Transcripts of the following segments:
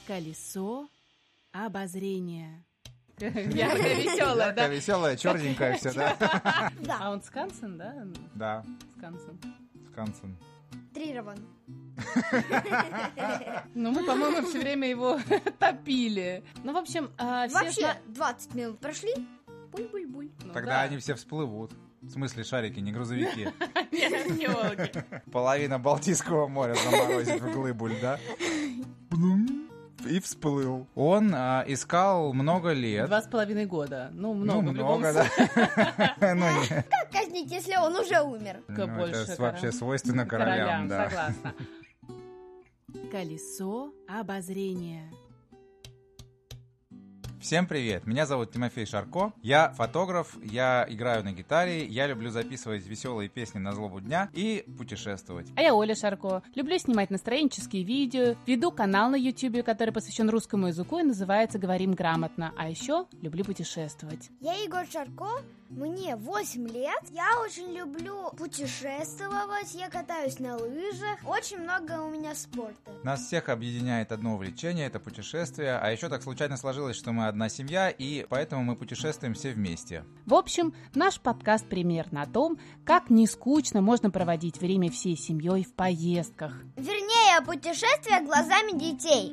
Колесо обозрения. Яркая, веселая, да? Яркая, веселая, черненькая все, да? А он Скансен, да? Да, Скансен. Трирован. Ну, мы, по-моему, все время его топили. Ну, в общем, Вообще, 20 минут прошли. Буль-буль-буль. Тогда они все всплывут. В смысле шарики, не грузовики. не волки. Половина Балтийского моря заморозит в глыбу льда. И всплыл. Он искал много лет. 2,5 года. Ну, много в любом много, случае. да. Как казнить, если он уже умер? Больше Это вообще свойственно королям, да. Согласна. Колесо обозрения. Всем привет, меня зовут Тимофей Шарко, я фотограф, я играю на гитаре, я люблю записывать веселые песни на злобу дня и путешествовать. А я Оля Шарко. Люблю снимать настроенческие видео, веду канал на YouTube, который посвящен русскому языку и называется «Говорим грамотно». А еще люблю путешествовать. Я Егор Шарко, мне 8 лет. Я очень люблю путешествовать, я катаюсь на лыжах. Очень много у меня спорта. Нас всех объединяет одно увлечение, это путешествие, а еще так случайно сложилось, что мы одна семья, и поэтому мы путешествуем все вместе. В общем, наш подкаст примерно о том, как не скучно можно проводить время всей семьей в поездках. Вернее, путешествия глазами детей.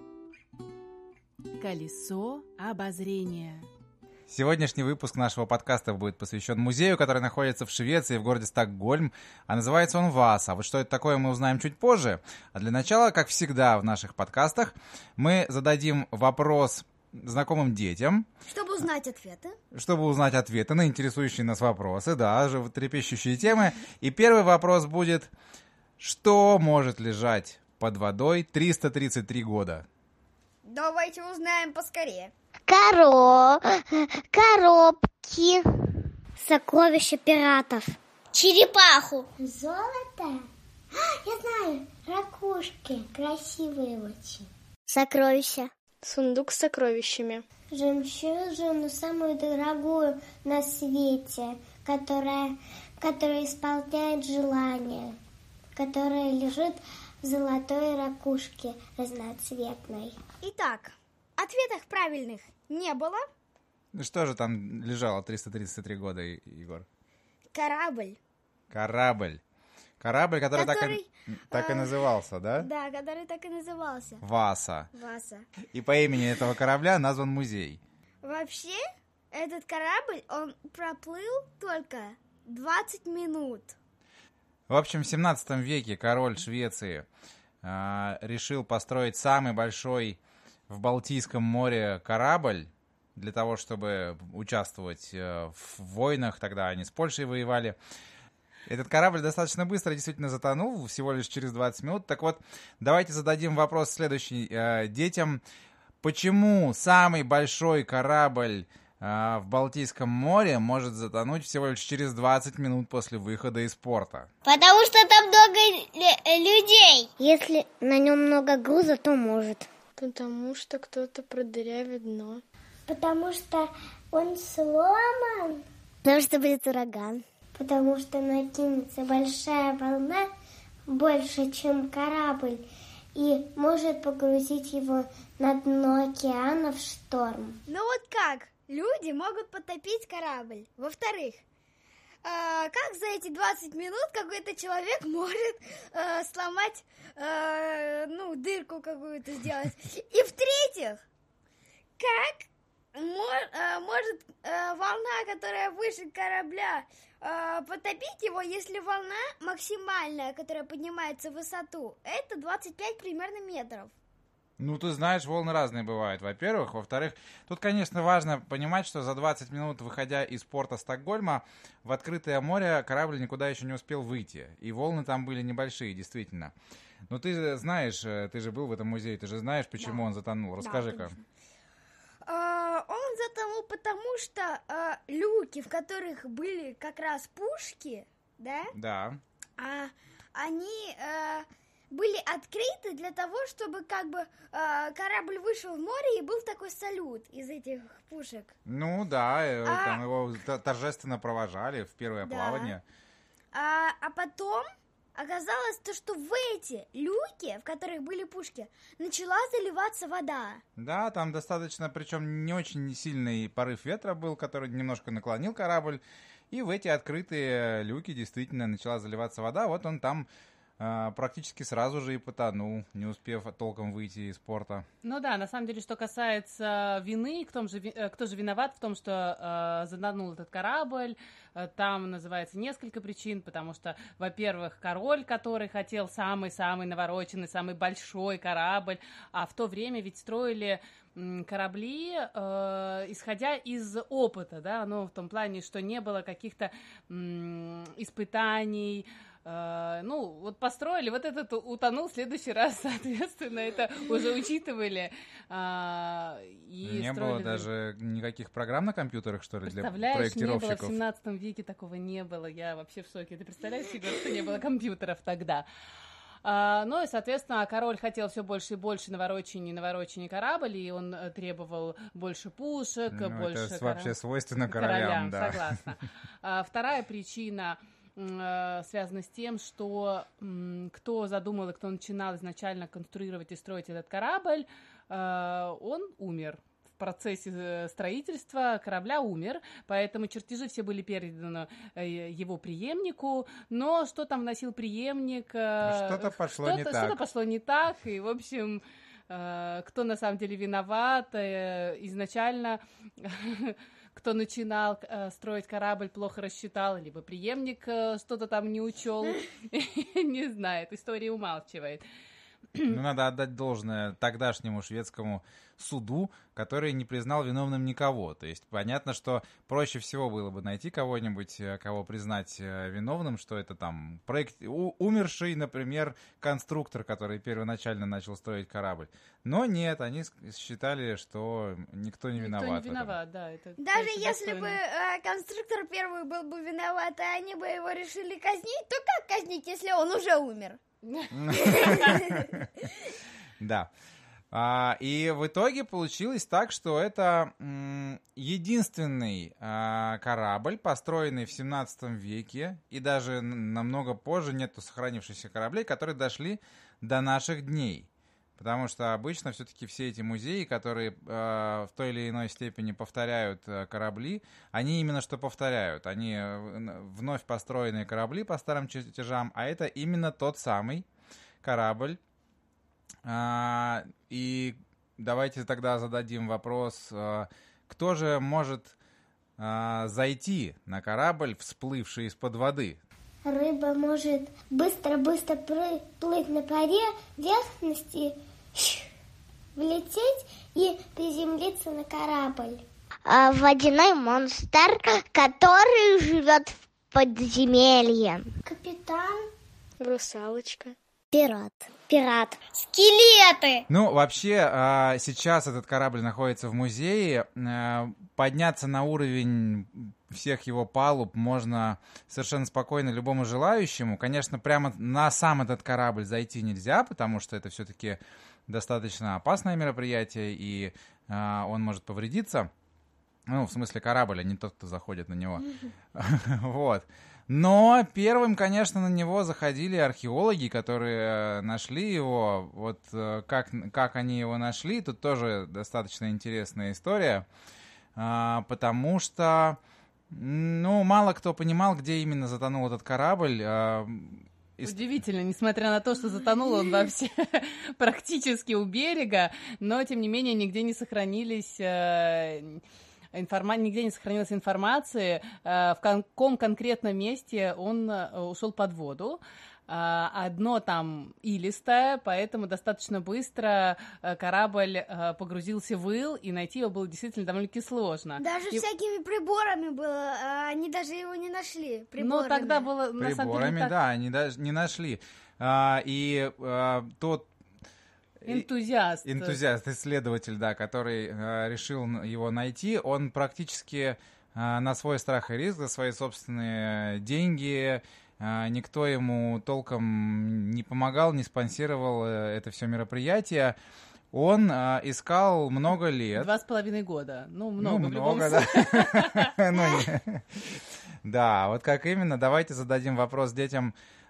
Колесо обозрения. Сегодняшний выпуск нашего подкаста будет посвящен музею, который находится в Швеции, в городе Стокгольм, а называется он Васа. Вот что это такое, мы узнаем чуть позже. А для начала, как всегда в наших подкастах, мы зададим вопрос знакомым детям. Чтобы узнать ответы. Чтобы узнать ответы на интересующие нас вопросы, да, животрепещущие темы. И первый вопрос будет: что может лежать под водой 333 года? Давайте узнаем поскорее. Коробки, сокровища пиратов, черепаху, золото, я знаю, ракушки, красивые очень, сокровища, сундук с сокровищами, жемчужину, самую дорогую на свете, которая исполняет желание, которая лежит в золотой ракушке разноцветной. Итак, ответов правильных не было. Что же там лежало 333 года, Егор? Корабль. Корабль, который так и назывался, да? Да, который так и назывался. Васа. Васа. И по имени этого корабля назван музей. Вообще, этот корабль, он проплыл только 20 минут. В общем, в 17 веке король Швеции решил построить самый большой в Балтийском море корабль для того, чтобы участвовать в войнах. Тогда они с Польшей воевали. Этот корабль достаточно быстро действительно затонул, всего лишь через 20 минут. Так вот, давайте зададим вопрос следующий детям. Почему самый большой корабль в Балтийском море может затонуть всего лишь через 20 минут после выхода из порта? Потому что там много людей. Если на нем много груза, то может. потому что кто-то продырявит дно. Потому что он сломан. Потому что будет ураган. Потому что накинется большая волна, больше, чем корабль, и может погрузить его на дно океана в шторм. Ну вот как люди могут потопить корабль? Во-вторых, как за эти 20 минут какой-то человек может сломать, дырку какую-то сделать? И в-третьих, как может волна, которая выше корабля, потопить его, если волна максимальная, которая поднимается в высоту, это 25 примерно метров? Ну, ты знаешь, волны разные бывают, во-первых. Во-вторых, тут, конечно, важно понимать, что за 20 минут, выходя из порта Стокгольма, в открытое море корабль никуда еще не успел выйти. И волны там были небольшие, действительно. Но ты знаешь, ты же был в этом музее, ты же знаешь, почему он затонул. Расскажи-ка. Он затонул, потому что люки, в которых были как раз пушки, да? Да. Они были открыты для того, чтобы корабль вышел в море и был такой салют из этих пушек. Ну да, там его торжественно провожали в первое плавание. А потом оказалось то, что в эти люки, в которых были пушки, начала заливаться вода. Да, там достаточно, причем не очень сильный порыв ветра был, который немножко наклонил корабль, и в эти открытые люки действительно начала заливаться вода. Вот он там практически сразу же и потонул, не успев толком выйти из порта. Ну да, на самом деле, что касается вины, кто же виноват в том, что затонул этот корабль, там называется несколько причин, потому что, во-первых, король, который хотел самый-самый навороченный, самый большой корабль, а в то время ведь строили корабли, исходя из опыта, да, ну, в том плане, что не было каких-то испытаний. Ну, вот построили, вот этот утонул, в следующий раз, соответственно, это уже учитывали. И не было даже никаких программ на компьютерах, что ли, для проектировщиков? Не было, в 17 веке такого не было, я вообще в шоке. Ты представляешь себе, что не было компьютеров тогда? Ну и, соответственно, король хотел все больше и больше навороченней корабль, и он требовал больше пушек, больше... Это вообще свойственно королям, да. Согласна. Вторая причина связано с тем, что кто задумал и кто начинал изначально конструировать и строить этот корабль, он умер. В процессе строительства корабля умер, поэтому чертежи все были переданы его преемнику, но что там вносил преемник? Что-то пошло не так. Что-то пошло не так, и, в общем, кто на самом деле виноват, изначально... Кто начинал строить корабль, плохо рассчитал, либо преемник что-то там не учел, не знает, история умалчивает. Ну, надо отдать должное тогдашнему шведскому суду, который не признал виновным никого. То есть понятно, что проще всего было бы найти кого-нибудь, кого признать виновным, что это там умерший, например, конструктор, который первоначально начал строить корабль. Но нет, они считали, что никто не виноват. Никто не виноват, да. Это даже если бы конструктор первый был бы виноват, и они бы его решили казнить, то как казнить, если он уже умер? Да. И в итоге получилось так, что это единственный корабль, построенный в 17 веке, и даже намного позже нету сохранившихся кораблей, которые дошли до наших дней. Потому что обычно все-таки все эти музеи, которые в той или иной степени повторяют корабли, они именно что повторяют. Они вновь построенные корабли по старым чертежам, а это именно тот самый корабль. И давайте тогда зададим вопрос, кто же может зайти на корабль, всплывший из-под воды? Рыба может быстро-быстро плыть на поверхности, влететь и приземлиться на корабль. Водяной монстр, который живет в подземелье. Капитан. Русалочка. Пират. Скелеты! Ну, вообще, сейчас этот корабль находится в музее. Подняться на уровень всех его палуб можно совершенно спокойно любому желающему. Конечно, прямо на сам этот корабль зайти нельзя, потому что это все-таки достаточно опасное мероприятие, и он может повредиться. Ну, в смысле корабль, а не тот, кто заходит на него. Вот. Но первым, конечно, на него заходили археологи, которые нашли его. Вот как они его нашли, тут тоже достаточно интересная история, потому что, ну, мало кто понимал, где именно затонул этот корабль. Удивительно, несмотря на то, что затонул он вообще практически у берега, но, тем не менее, нигде не сохранилась информации, в каком конкретном месте он ушел под воду. Дно там илистое, поэтому достаточно быстро корабль погрузился в ил, и найти его было действительно довольно-таки сложно. Даже всякими приборами было, они даже его не нашли. Приборами. Ну, тогда было, на самом деле, так... да, они даже не нашли. Тот энтузиаст, исследователь, да, который решил его найти, он практически на свой страх и риск, за свои собственные деньги, никто ему толком не помогал, не спонсировал это все мероприятие. Он искал много лет. 2,5 года. Ну, много в любом да. случае. Да, вот как именно. Давайте зададим вопрос детям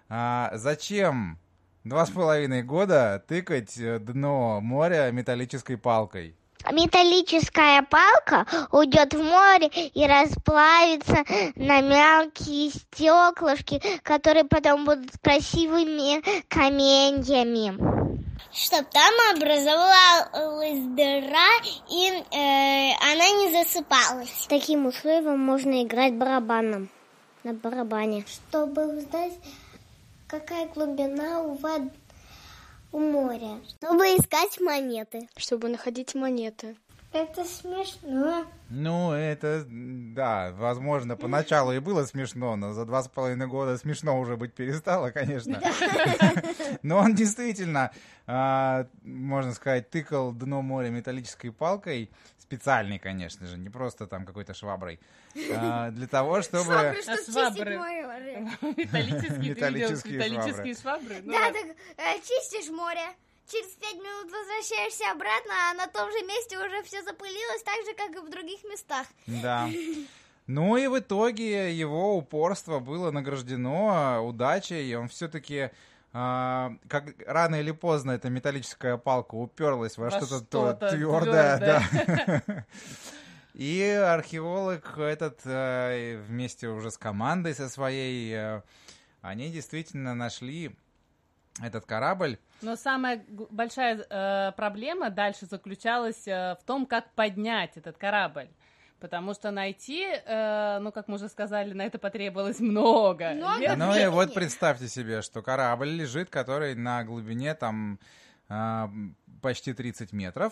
Зачем 2,5 года тыкать дно моря металлической палкой? Металлическая палка уйдет в море и расплавится на мелкие стеклышки, которые потом будут красивыми каменьями. Чтоб там образовалась дыра, и она не засыпалась. Таким условием можно играть барабаном на барабане. Чтобы узнать, какая глубина у моря. Чтобы искать монеты. Чтобы находить монеты. Это смешно. Ну, это, да, возможно, поначалу и было смешно, но за 2,5 года смешно уже быть перестало, конечно. Но он действительно, можно сказать, тыкал дно моря металлической палкой, специальной, конечно же, не просто там какой-то шваброй, для того, чтобы... Швабры, чтобы чистить море. Металлические швабры. Да, так чистишь море. Через 5 минут возвращаешься обратно, а на том же месте уже все запылилось, так же, как и в других местах. Да. Ну и в итоге его упорство было награждено удачей, и он все-таки, как рано или поздно эта металлическая палка уперлась во что-то твердое. Да. И археолог этот вместе уже с командой со своей, они действительно нашли этот корабль. Но самая большая проблема дальше заключалась в том, как поднять этот корабль. Потому что найти, как мы уже сказали, на это потребовалось много лет. Ну и вот представьте себе, что корабль лежит, который на глубине там почти 30 метров.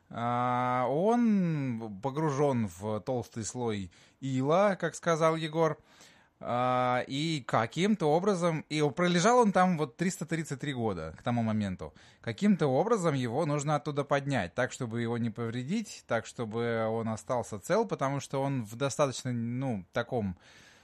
Он погружен в толстый слой ила, как сказал Егор. И каким-то образом... И пролежал он там вот 333 года к тому моменту. Каким-то образом его нужно оттуда поднять, так, чтобы его не повредить, так, чтобы он остался цел, потому что он в достаточно, таком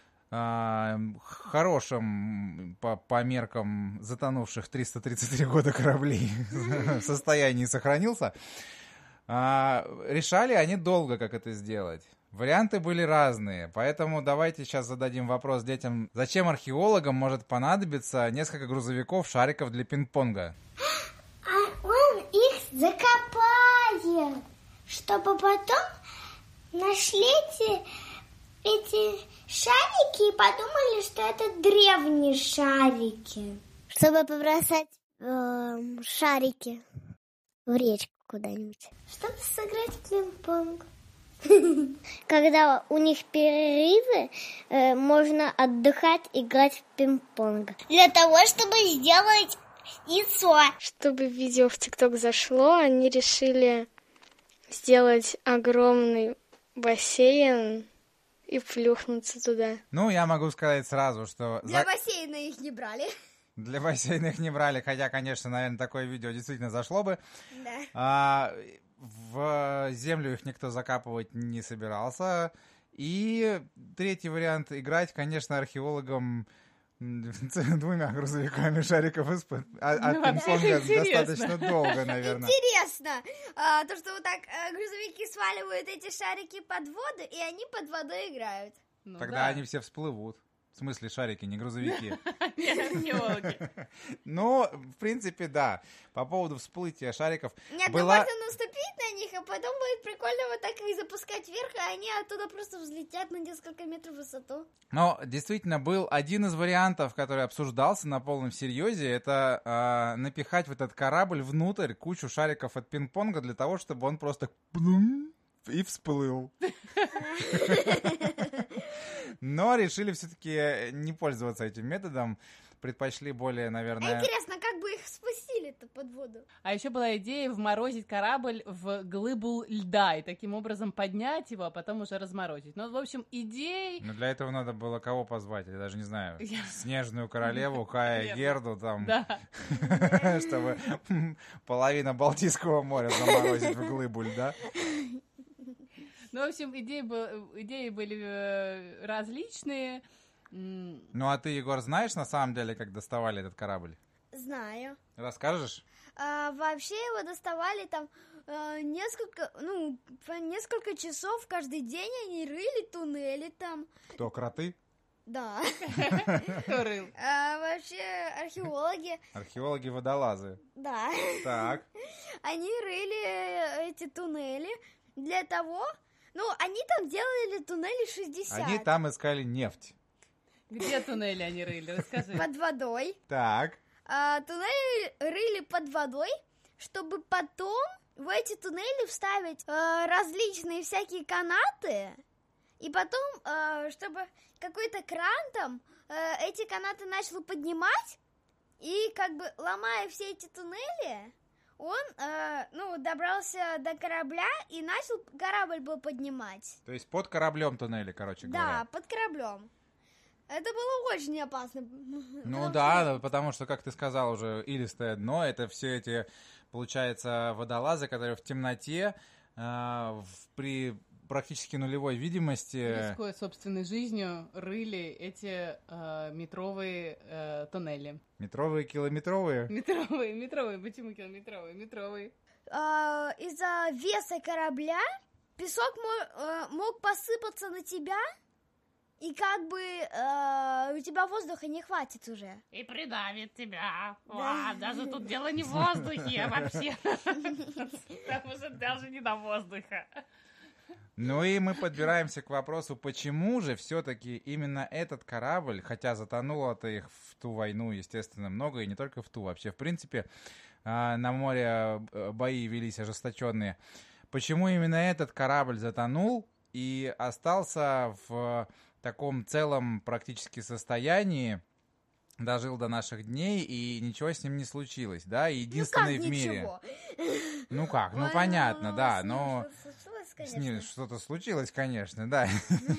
хорошем по меркам затонувших 333 года кораблей состоянии сохранился. Решали они долго, как это сделать. Варианты были разные, поэтому давайте сейчас зададим вопрос детям. Зачем археологам может понадобиться несколько грузовиков шариков для пинг-понга? Он их закопает, чтобы потом нашли эти шарики и подумали, что это древние шарики. Чтобы побросать шарики в речку куда-нибудь. Чтобы сыграть в пинг-понг. Когда у них перерывы, можно отдыхать, играть в пинг-понг. Для того, чтобы сделать яйцо. Чтобы видео в ТикТок зашло, они решили сделать огромный бассейн и плюхнуться туда. Ну, я могу сказать сразу, что... Для бассейна их не брали. Для бассейна их не брали, хотя, конечно, наверное, такое видео действительно зашло бы. Да. В землю их никто закапывать не собирался. И третий вариант — играть, конечно, археологам двумя грузовиками шариков из-под пинг-понга достаточно долго, наверное. Интересно, то, что вот так грузовики сваливают эти шарики под воду, и они под водой играют. Тогда они все всплывут. В смысле шарики, не грузовики. Археологи. Ну, в принципе, да. По поводу всплытия шариков. Нет, можно наступить на них, а потом будет прикольно вот так их запускать вверх, а они оттуда просто взлетят на несколько метров в высоту. Но действительно был один из вариантов, который обсуждался на полном серьезе, это напихать в этот корабль внутрь кучу шариков от пинг-понга для того, чтобы он просто и всплыл. Но решили все-таки не пользоваться этим методом, предпочли более, наверное... Интересно, как бы их спустили-то под воду? А еще была идея вморозить корабль в глыбу льда и таким образом поднять его, а потом уже разморозить. Ну, в общем, идей... Но для этого надо было кого позвать? Я даже не знаю. Снежную королеву, Кая Герду там. Да. Чтобы половина Балтийского моря заморозить в глыбу льда. Ну, в общем, идеи были различные. Ну, а ты, Егор, знаешь на самом деле, как доставали этот корабль? Знаю. Расскажешь? Вообще его доставали там несколько часов каждый день, они рыли туннели там. Кто, кроты? Да. Кто рыл? Вообще археологи, Археологи-водолазы. да, Так. они рыли эти туннели для того, ну, они там делали туннели 60 Они там искали нефть. Где туннели они рыли? Расскажи. под водой. Так. Туннели рыли под водой, чтобы потом в эти туннели вставить различные всякие канаты, и потом, чтобы какой-то кран там эти канаты начал поднимать, и как бы ломая все эти туннели, он, добрался до корабля и начал корабль был поднимать. То есть под кораблем туннели, короче Да, говоря. под кораблем. Это было очень опасно. Ну да, потому что, как ты сказал уже, илистое дно, это все эти, получается, водолазы, которые в темноте, при практически нулевой видимости... Рискуя собственной жизнью, рыли эти метровые туннели. Метровые, километровые? Метровые. Почему километровые? Метровые. Из-за веса корабля песок мог посыпаться на тебя, и как бы у тебя воздуха не хватит уже. И придавит тебя. Да. Даже тут дело не в воздухе вообще. Потому что даже не до воздуха. Ну и мы подбираемся к вопросу, почему же все-таки именно этот корабль, хотя затонуло-то их в ту войну, естественно, много, и не только в ту, вообще, в принципе, на море бои велись ожесточенные. Почему именно этот корабль затонул и остался в таком целом практически состоянии, дожил до наших дней, и ничего с ним не случилось, да, единственный в мире. Ничего. Ну как, ну Ой, понятно, да, с ним но что-то случилось, с ним конечно. что-то случилось, конечно, да.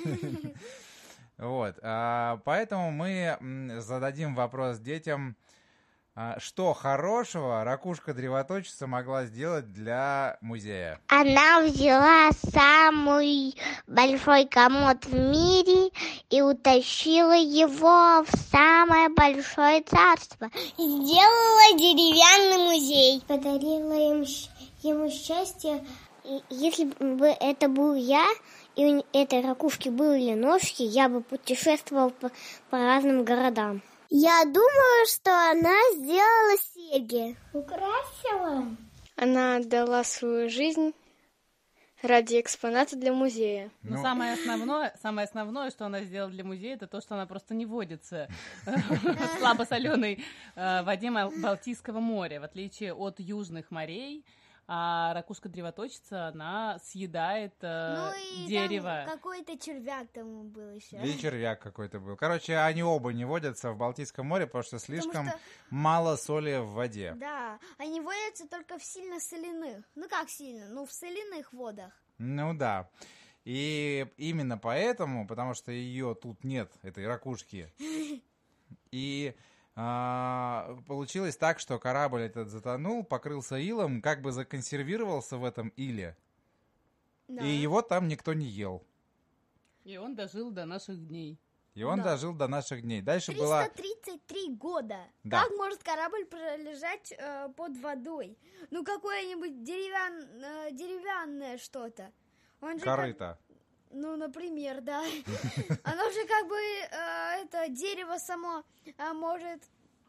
Вот, поэтому мы зададим вопрос детям, что хорошего ракушка-древоточица могла сделать для музея? Она взяла самый большой комод в мире и утащила его в самое большое царство. Сделала деревянный музей. Подарила ему счастье. И если бы это был я, и у этой ракушки были ножки, я бы путешествовал по разным городам. Я думаю, что она сделала серьги. Украсила. Она отдала свою жизнь ради экспоната для музея. Но Ну. самое основное, что она сделала для музея, это то, что она просто не водится в слабосоленой воде Балтийского моря, в отличие от южных морей. А ракушка-древоточица, она съедает И дерево. там какой-то червяк там был еще. Или червяк какой-то был. Короче, они оба не водятся в Балтийском море, потому что слишком что- мало соли в воде. Да, они водятся только в сильно соляных. Ну как сильно? Ну в соляных водах. Ну да. И именно поэтому, потому что ее тут нет, этой ракушки, и получилось так, что корабль этот затонул, покрылся илом, как бы законсервировался в этом иле, Да. и его там никто не ел. И он дожил до наших дней. И он Да. дожил до наших дней. Дальше была... 333 года. Да. Как может корабль пролежать под водой? Ну какое-нибудь деревянное что-то. Он же Корыто. Ну, например, да. Оно же как бы, это дерево само может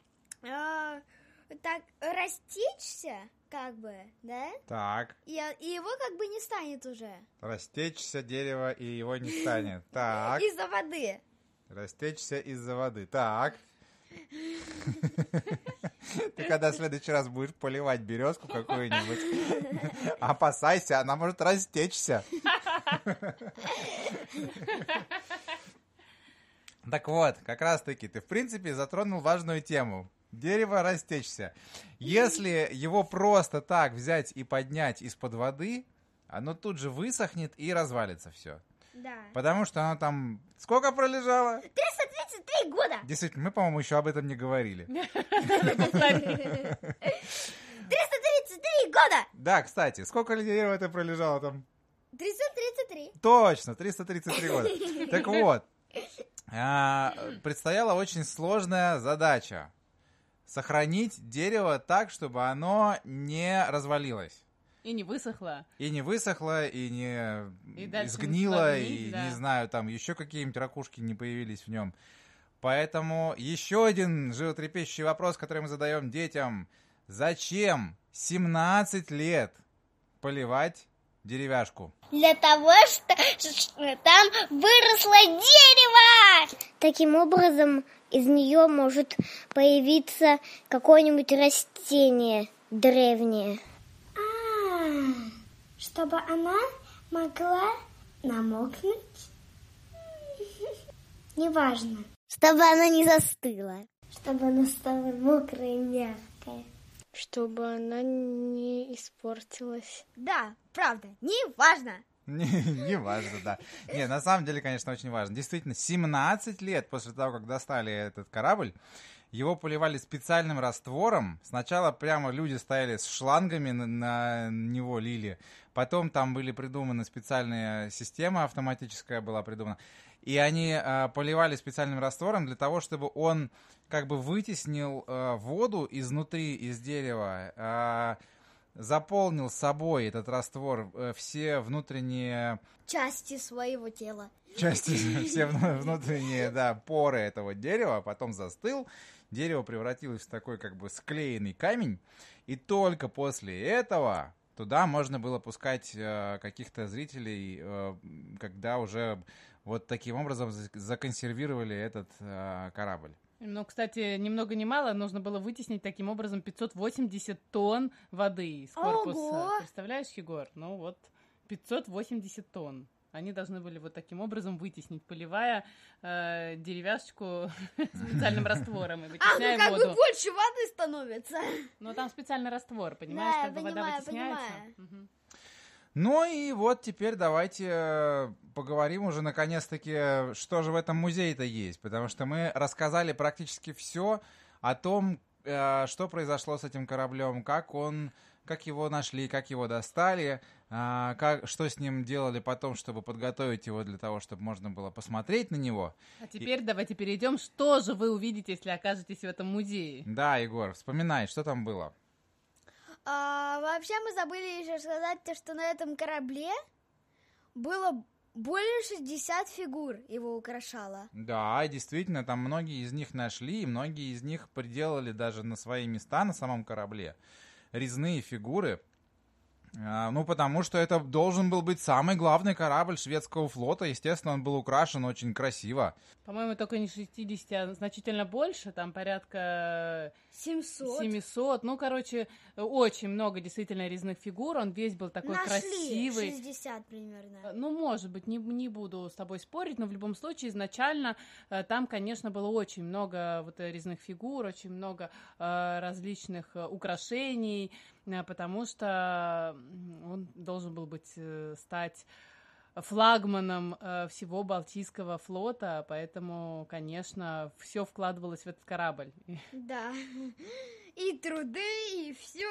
так растечься, как бы, да? Так, И его как бы не станет уже растечься дерево, и его не станет. Так, из-за воды. растечься из-за воды. Так. Ты когда в следующий раз будешь поливать березку какую-нибудь, опасайся, она может растечься. Так вот, как раз-таки ты, в принципе, затронул важную тему. Дерево растечься. Если его просто так взять и поднять из-под воды, оно тут же высохнет и развалится все. Да. Потому что оно там... Сколько пролежало? 333 года. Действительно, мы, по-моему, еще об этом не говорили. 333 года. Да, кстати, сколько дерева это пролежало там? 333. Точно, 333 года. Так вот, предстояла очень сложная задача. Сохранить дерево так, чтобы оно не развалилось. И не высохла. И не высохла, и не И дальше сгнила, не и, да. не знаю, там еще какие-нибудь ракушки не появились в нем. Поэтому еще один животрепещущий вопрос, который мы задаем детям. Зачем 17 лет поливать деревяшку? Для того, что там выросло дерево! Таким образом, из нее может появиться какое-нибудь растение древнее. Чтобы она могла намокнуть? Неважно. Чтобы она не застыла. Чтобы она стала мокрая и мягкая. Чтобы она не испортилась. Да, правда, не важно. Не важно, да. Не, на самом деле, конечно, очень важно. Действительно, 17 лет после того, как достали этот корабль, его поливали специальным раствором. Сначала прямо люди стояли с шлангами на него лили. Потом там были придуманы специальные системы, автоматическая была придумана. И они поливали специальным раствором для того, чтобы он как бы вытеснил воду изнутри, из дерева, заполнил собой этот раствор все внутренние... Части своего тела. Части, все внутренние, да, поры этого дерева, потом застыл, дерево превратилось в такой как бы склеенный камень, и только после этого туда можно было пускать каких-то зрителей, когда уже вот таким образом законсервировали этот корабль. Ну, кстати, ни много ни мало, нужно было вытеснить таким образом 580 тонн воды из корпуса. Ого! Представляешь, Егор? Ну вот, 580 тонн. Они должны были вот таким образом вытеснить, поливая деревяшку специальным раствором и вытесняя как воду. бы больше воды становится. Но там специальный раствор, понимаешь, Да, как бы вода понимаю, вытесняется. понимаю. Мгм. Ну и вот теперь давайте поговорим уже наконец-таки, что же в этом музее-то есть, потому что мы рассказали практически все о том, что произошло с этим кораблем, как его нашли, как его достали, что с ним делали потом, чтобы подготовить его для того, чтобы можно было посмотреть на него. А теперь давайте перейдем, что же вы увидите, если окажетесь в этом музее. Да, Егор, вспоминай, что там было. Вообще мы забыли еще сказать, что на этом корабле было более 60 фигур, его украшало. Да, действительно, там многие из них нашли, и многие из них приделали даже на свои места на самом корабле. Резные фигуры. Ну, потому что это должен был быть самый главный корабль шведского флота. Естественно, он был украшен очень красиво. По-моему, только не 60, а значительно больше, там порядка 700. Ну, короче, очень много действительно резных фигур. Он весь был такой красивый. 60 примерно. Ну, может быть, не буду с тобой спорить, но в любом случае изначально там, конечно, было очень много вот резных фигур, очень много различных украшений, потому что он должен был стать флагманом всего Балтийского флота, поэтому, конечно, все вкладывалось в этот корабль. Да. И труды, и все.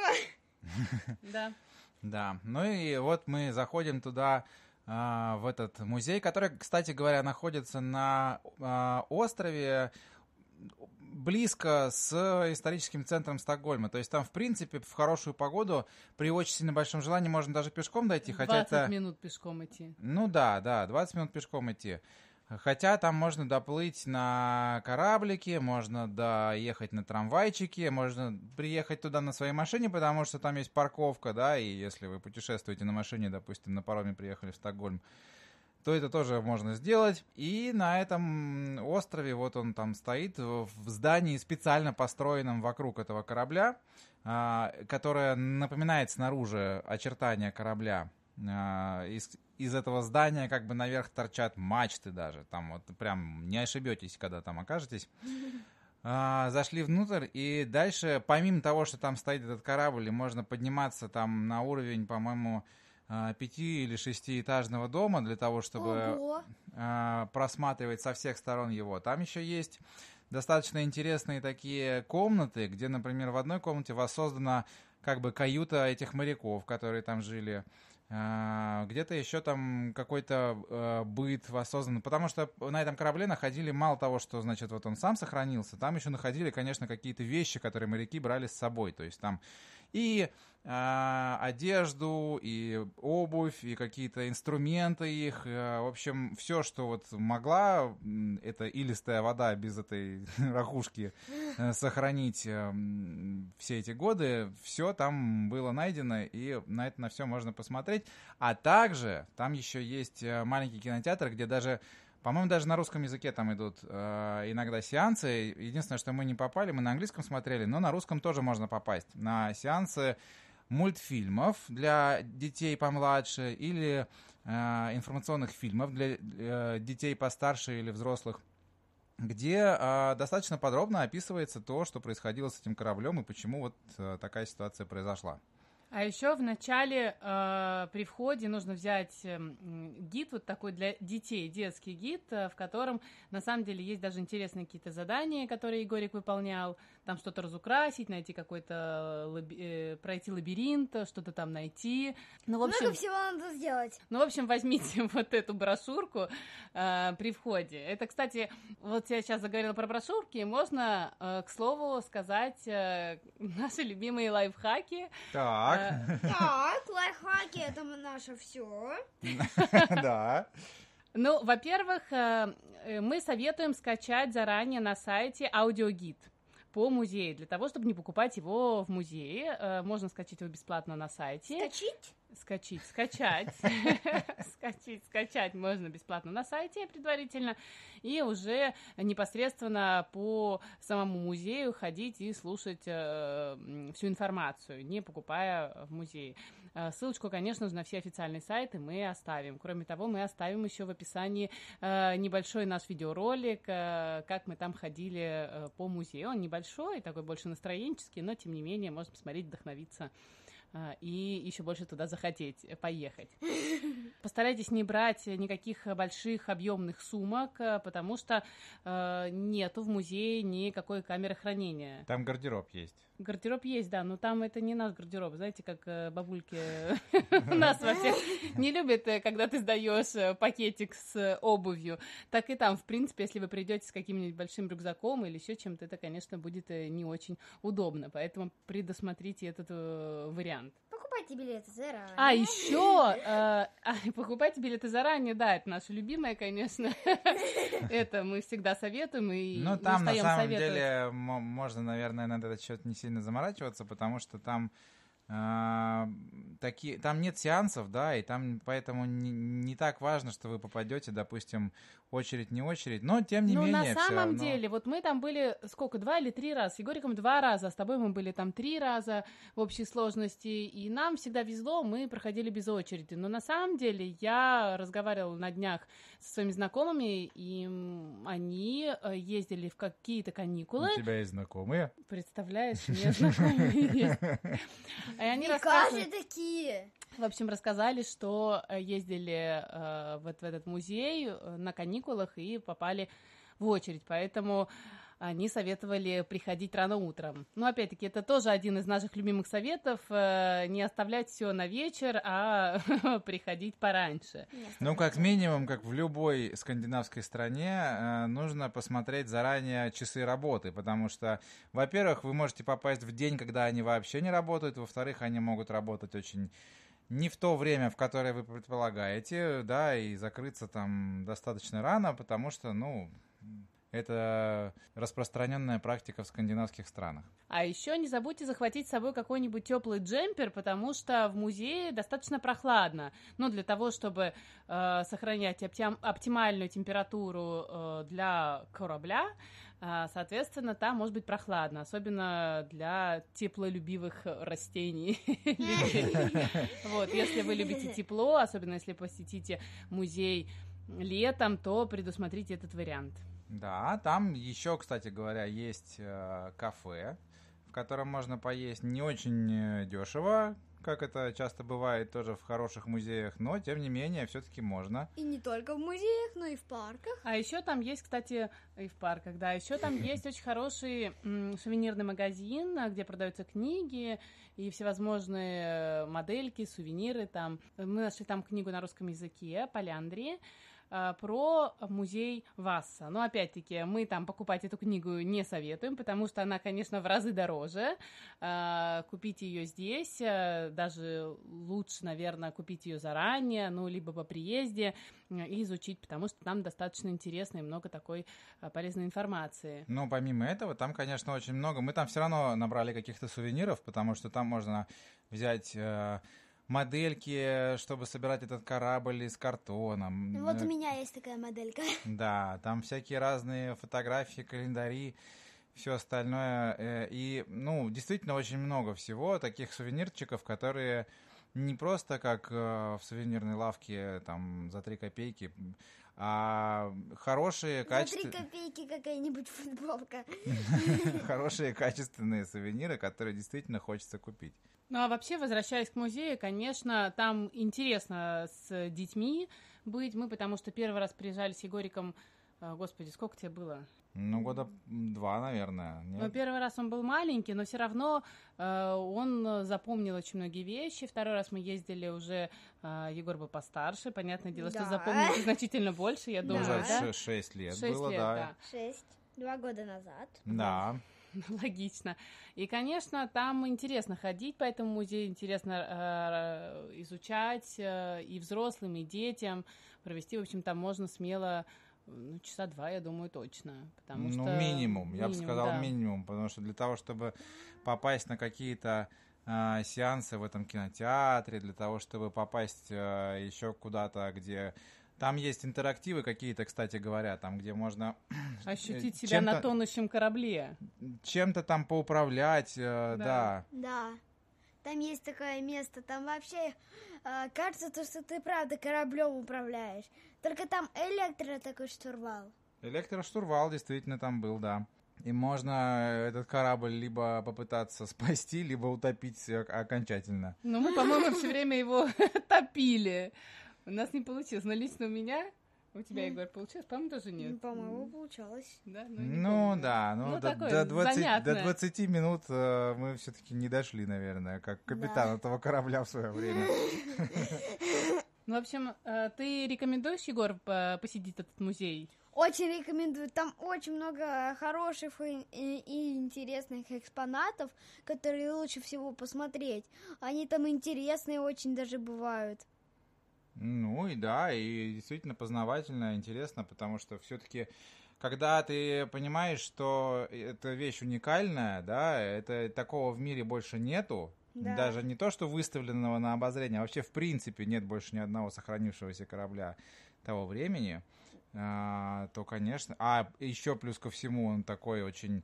Да. Да, ну и вот мы заходим туда, в этот музей, который, кстати говоря, находится на острове, близко с историческим центром Стокгольма. То есть там, в принципе, в хорошую погоду, при очень сильно большом желании можно даже пешком дойти. 20 минут пешком идти. Ну да, 20 минут пешком идти. Хотя там можно доплыть на кораблике, можно доехать на трамвайчике, можно приехать туда на своей машине, потому что там есть парковка, да, и если вы путешествуете на машине, допустим, на пароме приехали в Стокгольм, то это тоже можно сделать. И на этом острове, вот он там стоит, в здании, специально построенном вокруг этого корабля, которое напоминает снаружи очертания корабля. Из этого здания как бы наверх торчат мачты даже. Там вот прям не ошибетесь, когда там окажетесь. Зашли внутрь, и дальше, помимо того, что там стоит этот корабль, и можно подниматься там на уровень, по-моему, 5- или 6-этажного дома для того, чтобы просматривать со всех сторон его. Там еще есть достаточно интересные такие комнаты, где, например, в одной комнате воссоздана как бы каюта этих моряков, которые там жили. Где-то еще там какой-то быт воссоздан, потому что на этом корабле находили мало того, что, значит, вот он сам сохранился, там еще находили, конечно, какие-то вещи, которые моряки брали с собой, то есть там и одежду, и обувь, и какие-то инструменты их. В общем, все, что вот могла эта илистая вода без этой ракушки сохранить все эти годы, все там было найдено, и на это на все можно посмотреть. А также там еще есть маленький кинотеатр, где даже, по-моему, даже на русском языке там идут иногда сеансы. Единственное, что мы не попали, мы на английском смотрели, но на русском тоже можно попасть. На сеансы мультфильмов для детей помладше или информационных фильмов для детей постарше или взрослых, где достаточно подробно описывается то, что происходило с этим кораблем и почему вот такая ситуация произошла. А еще в начале при входе нужно взять гид вот такой для детей, детский гид, в котором на самом деле есть даже интересные какие-то задания, которые Егорик выполнял, там что-то разукрасить, найти какой-то, пройти лабиринт, что-то там найти. Ну, в общем, много всего надо сделать. Ну, в общем, возьмите вот эту брошюрку при входе. Это, кстати, вот я сейчас заговорила про брошюрки, можно, к слову, сказать наши любимые лайфхаки. Так. Так, лайфхаки, это наше все. Да. Ну, во-первых, мы советуем скачать заранее на сайте аудиогид по музею, для того, чтобы не покупать его в музее. Можно скачать его бесплатно на сайте. Скачать можно бесплатно на сайте предварительно, и уже непосредственно по самому музею ходить и слушать всю информацию, не покупая в музее. Ссылочку, конечно же, на все официальные сайты мы оставим. Кроме того, мы оставим еще в описании небольшой наш видеоролик, как мы там ходили по музею. Он небольшой, такой больше настроенческий, но, тем не менее, можно посмотреть, вдохновиться и еще больше туда захотеть поехать. Постарайтесь не брать никаких больших объемных сумок, потому что нету в музее никакой камеры хранения. Там гардероб есть. Гардероб есть, да, но там это не наш гардероб. Знаете, как бабульки у нас во всех не любят, когда ты сдаешь пакетик с обувью. Так и там, в принципе, если вы придете с каким-нибудь большим рюкзаком или еще чем-то, это, конечно, будет не очень удобно. Поэтому предусмотрите этот вариант. Покупайте билеты заранее. А еще покупайте билеты заранее, да, это наше любимое, конечно. Это мы всегда советуем и ну, там на самом советовать. деле можно, наверное, на этот счет не сильно заморачиваться, потому что там там нет сеансов, да, и там поэтому не так важно, что вы попадете, допустим, очередь, не очередь, но тем не менее. Ну, на самом деле, вот мы там были, 2 или 3 раза, с Егориком 2 раза, а с тобой мы были там 3 раза в общей сложности, и нам всегда везло, мы проходили без очереди, но на самом деле я разговаривала на днях со своими знакомыми, и они ездили в какие-то каникулы. У тебя есть знакомые? Представляешь, у меня знакомые есть. И они такие. В общем, рассказали, что ездили вот в этот музей на каникулах и попали в очередь, поэтому они советовали приходить рано утром. Но, опять-таки, это тоже один из наших любимых советов, не оставлять все на вечер, а приходить пораньше. Ну, как минимум, как в любой скандинавской стране, нужно посмотреть заранее часы работы, потому что, во-первых, вы можете попасть в день, когда они вообще не работают, во-вторых, они могут работать очень не в то время, в которое вы предполагаете, да, и закрыться там достаточно рано, потому что, ну, это распространенная практика в скандинавских странах. А еще не забудьте захватить с собой какой-нибудь теплый джемпер, потому что в музее достаточно прохладно. Ну, для того, чтобы сохранять оптимальную температуру для корабля, соответственно, там может быть прохладно, особенно для теплолюбивых растений. Вот, если вы любите тепло, особенно если посетите музей летом, то предусмотрите этот вариант. Да, там еще, кстати говоря, есть кафе, в котором можно поесть не очень дешево, как это часто бывает тоже в хороших музеях, но, тем не менее, все-таки можно. И не только в музеях, но и в парках. А еще там есть, кстати, и в парках, да, еще там есть очень хороший сувенирный магазин, где продаются книги и всевозможные модельки, сувениры там. Мы нашли там книгу на русском языке «Поляндрии». про музей Васса. Но опять-таки мы там покупать эту книгу не советуем, потому что она, конечно, в разы дороже. Купить ее здесь, даже лучше, наверное, купить ее заранее, ну, либо по приезде и изучить, потому что там достаточно интересно и много такой полезной информации. Ну, помимо этого, там, конечно, очень много. Мы там все равно набрали каких-то сувениров, потому что там можно взять модельки, чтобы собирать этот корабль из картона. Вот у меня есть такая моделька. Да, там всякие разные фотографии, календари, все остальное. И, ну, действительно очень много всего, таких сувенирчиков, которые не просто как в сувенирной лавке там за 3 копейки, а хорошие, качественные... За 3 копейки какая-нибудь футболка. Хорошие, качественные сувениры, которые действительно хочется купить. Ну, а вообще, возвращаясь к музею, конечно, там интересно с детьми быть. Мы, потому что первый раз приезжали с Егориком, господи, сколько тебе было? Ну, 2 года, наверное. Нет? Ну, первый раз он был маленький, но все равно он запомнил очень многие вещи. Второй раз мы ездили уже, Егор был постарше, понятное дело, что запомнил значительно больше, я думаю, уже да? 6 лет 6 было, лет, да. 2 года назад. Да. Логично. И, конечно, там интересно ходить по этому музею, интересно изучать и взрослым, и детям. Провести, в общем, там можно смело часа 2, я думаю, точно. Потому что... минимум. Я бы сказал, да. минимум. Потому что для того, чтобы попасть на какие-то сеансы в этом кинотеатре, для того, чтобы попасть еще куда-то, где... Там есть интерактивы какие-то, кстати говоря, там, где можно... Ощутить себя на тонущем корабле. Чем-то там поуправлять, да. Да. Там есть такое место, там вообще кажется, что ты правда кораблем управляешь. Только там такой штурвал. Электроштурвал действительно там был, да. И можно этот корабль либо попытаться спасти, либо утопить окончательно. Ну, мы, по-моему, все время его топили. У нас не получилось, но лично у меня, у тебя, Егор, получилось? По-моему, тоже нет. По-моему, получалось. Да? Да, до 20 минут мы все-таки не дошли, наверное, как капитан этого корабля в свое время. Ну, в общем, ты рекомендуешь, Егор, посетить этот музей? Очень рекомендую. Там очень много хороших и интересных экспонатов, которые лучше всего посмотреть. Они там интересные очень даже бывают. Ну и да, и действительно познавательно, интересно, потому что все-таки, когда ты понимаешь, что эта вещь уникальная, да, это такого в мире больше нету, да. Даже не то, что выставленного на обозрение, а вообще в принципе нет больше ни одного сохранившегося корабля того времени, то, конечно, а еще плюс ко всему он такой очень...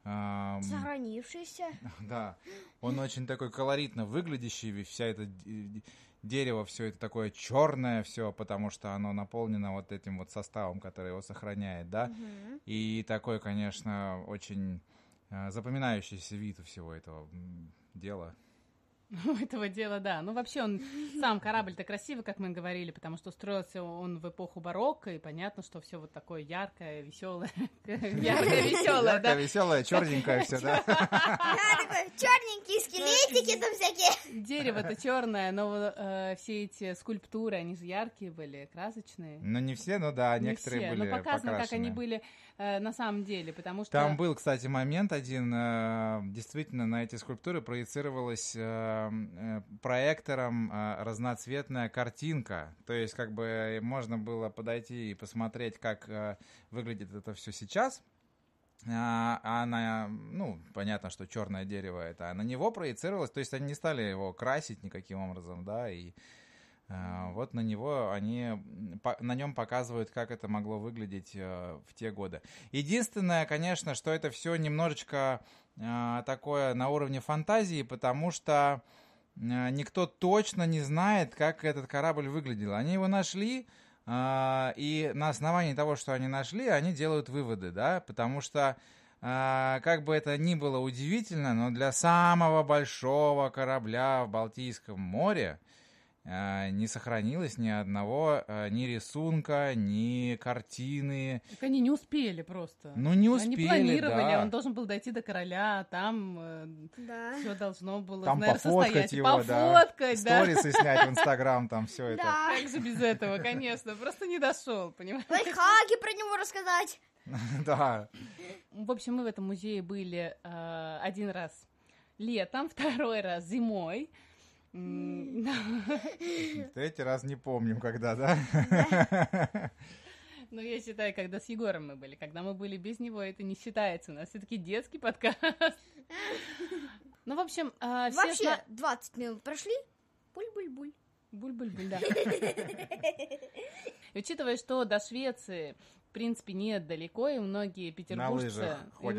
Сохранившийся. Да, он очень такой колоритно выглядящий, вся эта дерево, все это такое черное все, потому что оно наполнено вот этим вот составом, который его сохраняет, да, и такой, конечно, очень запоминающийся вид у всего этого дела. Этого дела, да. Ну, вообще, он сам корабль-то красивый, как мы говорили, потому что строился он в эпоху барокко, и понятно, что все вот такое яркое, веселое. Яркое, веселое, да. Яркое, веселое, черненькое все, да. Да, такой черненькие скелетики там всякие. Дерево-то черное, но все эти скульптуры, они же яркие были, красочные. Ну, не все, но да, некоторые были но показано, покрашены. как они были на самом деле, потому что... Там был, кстати, момент один, действительно, на эти скульптуры проецировалась проектором разноцветная картинка. То есть, как бы, можно было подойти и посмотреть, как выглядит это все сейчас. Ну, понятно, что черное дерево это, а на него проецировалось, то есть они не стали его красить никаким образом, да, и вот на него на нем показывают, как это могло выглядеть в те годы. Единственное, конечно, что это все немножечко такое на уровне фантазии, потому что никто точно не знает, как этот корабль выглядел. Они его нашли, и на основании того, что они нашли, они делают выводы, да, потому что, как бы это ни было удивительно, но для самого большого корабля в Балтийском море не сохранилось ни одного, ни рисунка, ни картины. Так они не успели просто. Ну, не успели, Они планировали, да. он должен был дойти до короля, а там Да. все должно было, Там наверное, пофоткать состоять. его, да. Пофоткать, да. Сторисы снять в Инстаграм, там все это. Да. Как же без этого, конечно, просто не дошел, понимаешь? Лайфхаки про него рассказать. Да. В общем, мы в этом музее были один раз летом, второй раз зимой. Третий раз не помним, когда, да? Ну, я считаю, когда с Егором мы были. Когда мы были без него, это не считается. У нас все-таки детский подкаст. Ну, в общем, все Вообще, 20 минут прошли. Буль-буль-буль. Буль-буль-буль, да. И учитывая, что до Швеции, в принципе, нет далеко, и многие петербуржцы...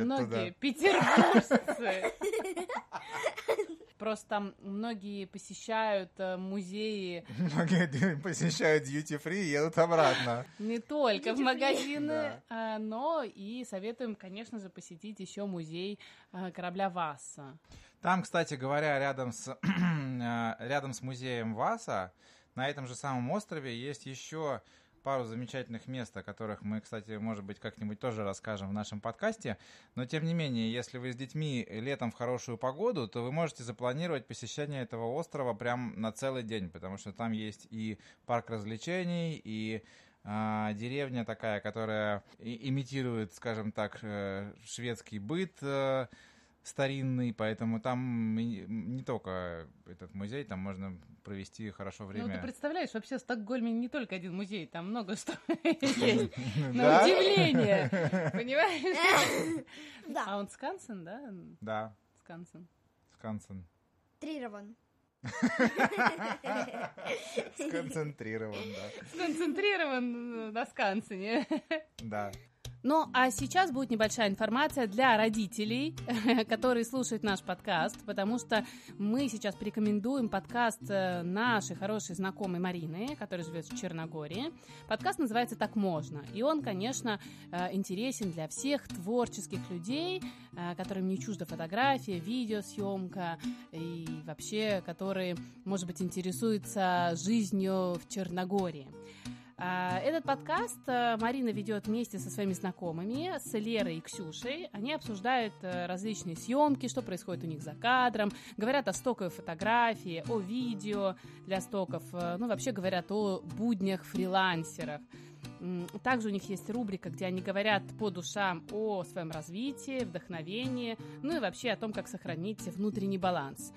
Просто там многие посещают музеи... Многие посещают duty-free и едут обратно. Не только в магазины, но и советуем, конечно же, посетить еще музей корабля Васса. Там, кстати говоря, рядом с музеем Васа, на этом же самом острове, есть еще пару замечательных мест, о которых мы, кстати, может быть, как-нибудь тоже расскажем в нашем подкасте. Но, тем не менее, если вы с детьми летом в хорошую погоду, то вы можете запланировать посещение этого острова прям на целый день, потому что там есть и парк развлечений, и деревня такая, которая имитирует, скажем так, шведский быт старинный, поэтому там не только этот музей, там можно провести хорошо время. Ну, ты представляешь, вообще в Стокгольме не только один музей, там много что есть. На удивление, понимаешь? А он Скансен, да? Да. Скансен. Трирован. Сконцентрирован, да. Сконцентрирован на Скансене. Да. Ну, а сейчас будет небольшая информация для родителей, которые слушают наш подкаст, потому что мы сейчас порекомендуем подкаст нашей хорошей знакомой Марины, которая живет в Черногории. Подкаст называется «Так можно», и он, конечно, интересен для всех творческих людей, которым не чужда фотография, видеосъемка и вообще, которые, может быть, интересуются жизнью в Черногории. Этот подкаст Марина ведет вместе со своими знакомыми, с Лерой и Ксюшей. Они обсуждают различные съемки, что происходит у них за кадром, говорят о стоковой фотографии, о видео для стоков, ну, вообще говорят о буднях фрилансеров. Также у них есть рубрика, где они говорят по душам о своем развитии, вдохновении, ну и вообще о том, как сохранить внутренний баланс.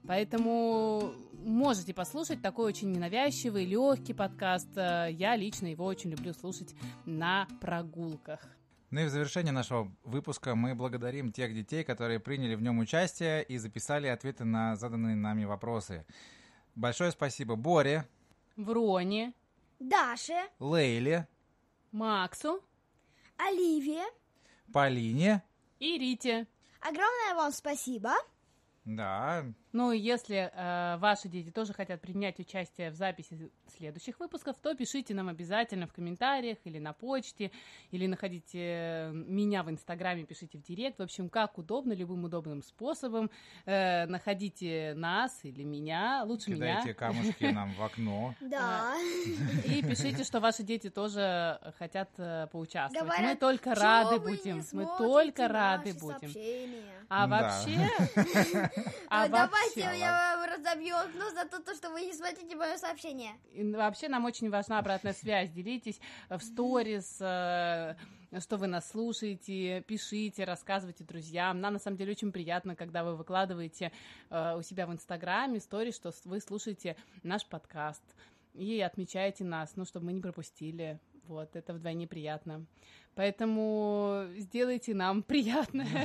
Поэтому можете послушать такой очень ненавязчивый, легкий подкаст. Я лично его очень люблю слушать на прогулках. Ну и в завершение нашего выпуска мы благодарим тех детей, которые приняли в нем участие и записали ответы на заданные нами вопросы. Большое спасибо Боре, Вроне, Даше, Лейле, Максу, Оливии. Полине. и Рите. Огромное вам спасибо. Да. Ну и если ваши дети тоже хотят принять участие в записи следующих выпусков, то пишите нам обязательно в комментариях или на почте, или находите меня в Инстаграме, пишите в директ. В общем, как удобно, любым удобным способом. Находите нас или меня, лучше меня. Кидайте камушки нам в окно. Да. И пишите, что ваши дети тоже хотят поучаствовать. Говорят, Мы только «Чё рады вы не будем. Мы смотрите только рады наши будем. сообщения?» А Да. вообще... Давайте я вам разобью окно за то, что вы не смотрите мое сообщение. И вообще нам очень важна обратная связь. Делитесь в сторис, что вы нас слушаете, пишите, рассказывайте друзьям. Нам на самом деле очень приятно, когда вы выкладываете у себя в Инстаграме сторис, что вы слушаете наш подкаст и отмечаете нас, ну, чтобы мы не пропустили. Вот, это вдвойне приятно. Поэтому сделайте нам приятное.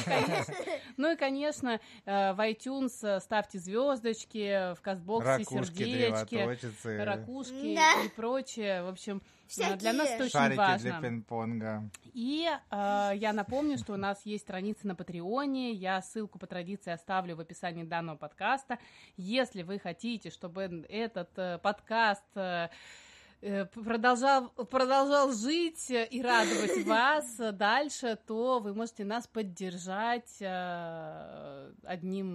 Ну и, конечно, в iTunes ставьте звездочки, в Кастбоксе сердечки, древоточицы, ракушки Да. и прочее. В общем, Всякие для нас это очень шарики для важно. пинг-понга. И я напомню, что у нас есть страница на Патреоне. Я ссылку по традиции оставлю в описании данного подкаста. Если вы хотите, чтобы этот подкаст продолжал жить и радовать вас дальше, то вы можете нас поддержать одним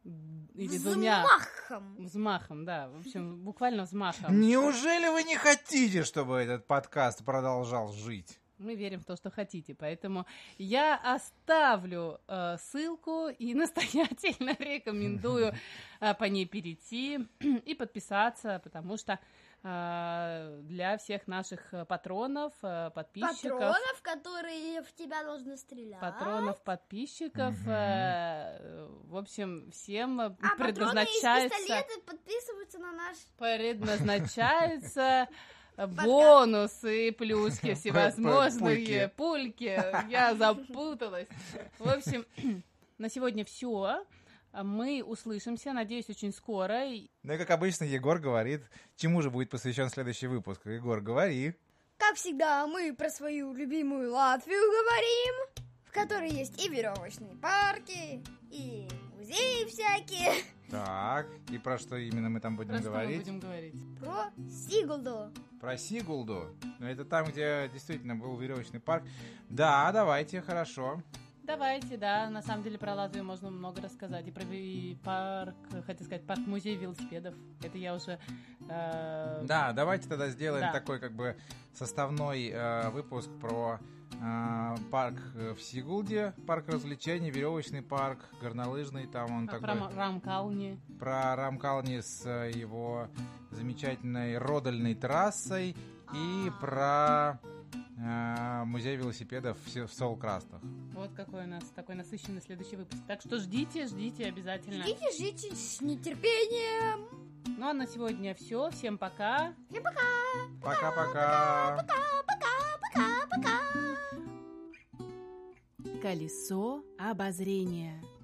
или двумя... Взмахом. Взмахом, да. В общем, буквально взмахом. Неужели вы не хотите, чтобы этот подкаст продолжал жить? Мы верим в то, что хотите, поэтому я оставлю ссылку и настоятельно рекомендую по ней перейти и подписаться, потому что для всех наших патронов, подписчиков... Патронов, которые в тебя должны стрелять. Патронов, подписчиков, в общем, всем Патроны предназначается... из пистолета подписываются на наш... Предназначается... бонусы, плюшки, всевозможные пульки. Я запуталась. В общем, на сегодня все. Мы услышимся, надеюсь, очень скоро. Ну и как обычно, Егор говорит, чему же будет посвящен следующий выпуск. Егор, говори. Как всегда, мы про свою любимую Латвию говорим, в которой есть и веревочные парки, и музеи всякие. Так, и про что именно мы там будем говорить? Мы будем говорить? Про Сигулду. Про Сигулду? Это там, где действительно был веревочный парк. Да, давайте, хорошо. Давайте, да. На самом деле про Латвию можно много рассказать. И про парк, хотел сказать, парк-музей велосипедов. Это я уже... Да, давайте тогда сделаем Да. такой как бы составной выпуск про парк в Сигулде, парк развлечений, веревочный парк, горнолыжный, там он такой... Про Рамкални. Про Рамкални с его замечательной родальной трассой и про музей велосипедов в Солкрастах. Вот какой у нас такой насыщенный следующий выпуск. Так что ждите обязательно. Ждите с нетерпением. Ну а на сегодня все. Всем пока. Всем пока. Пока-пока. Колесо обозрения.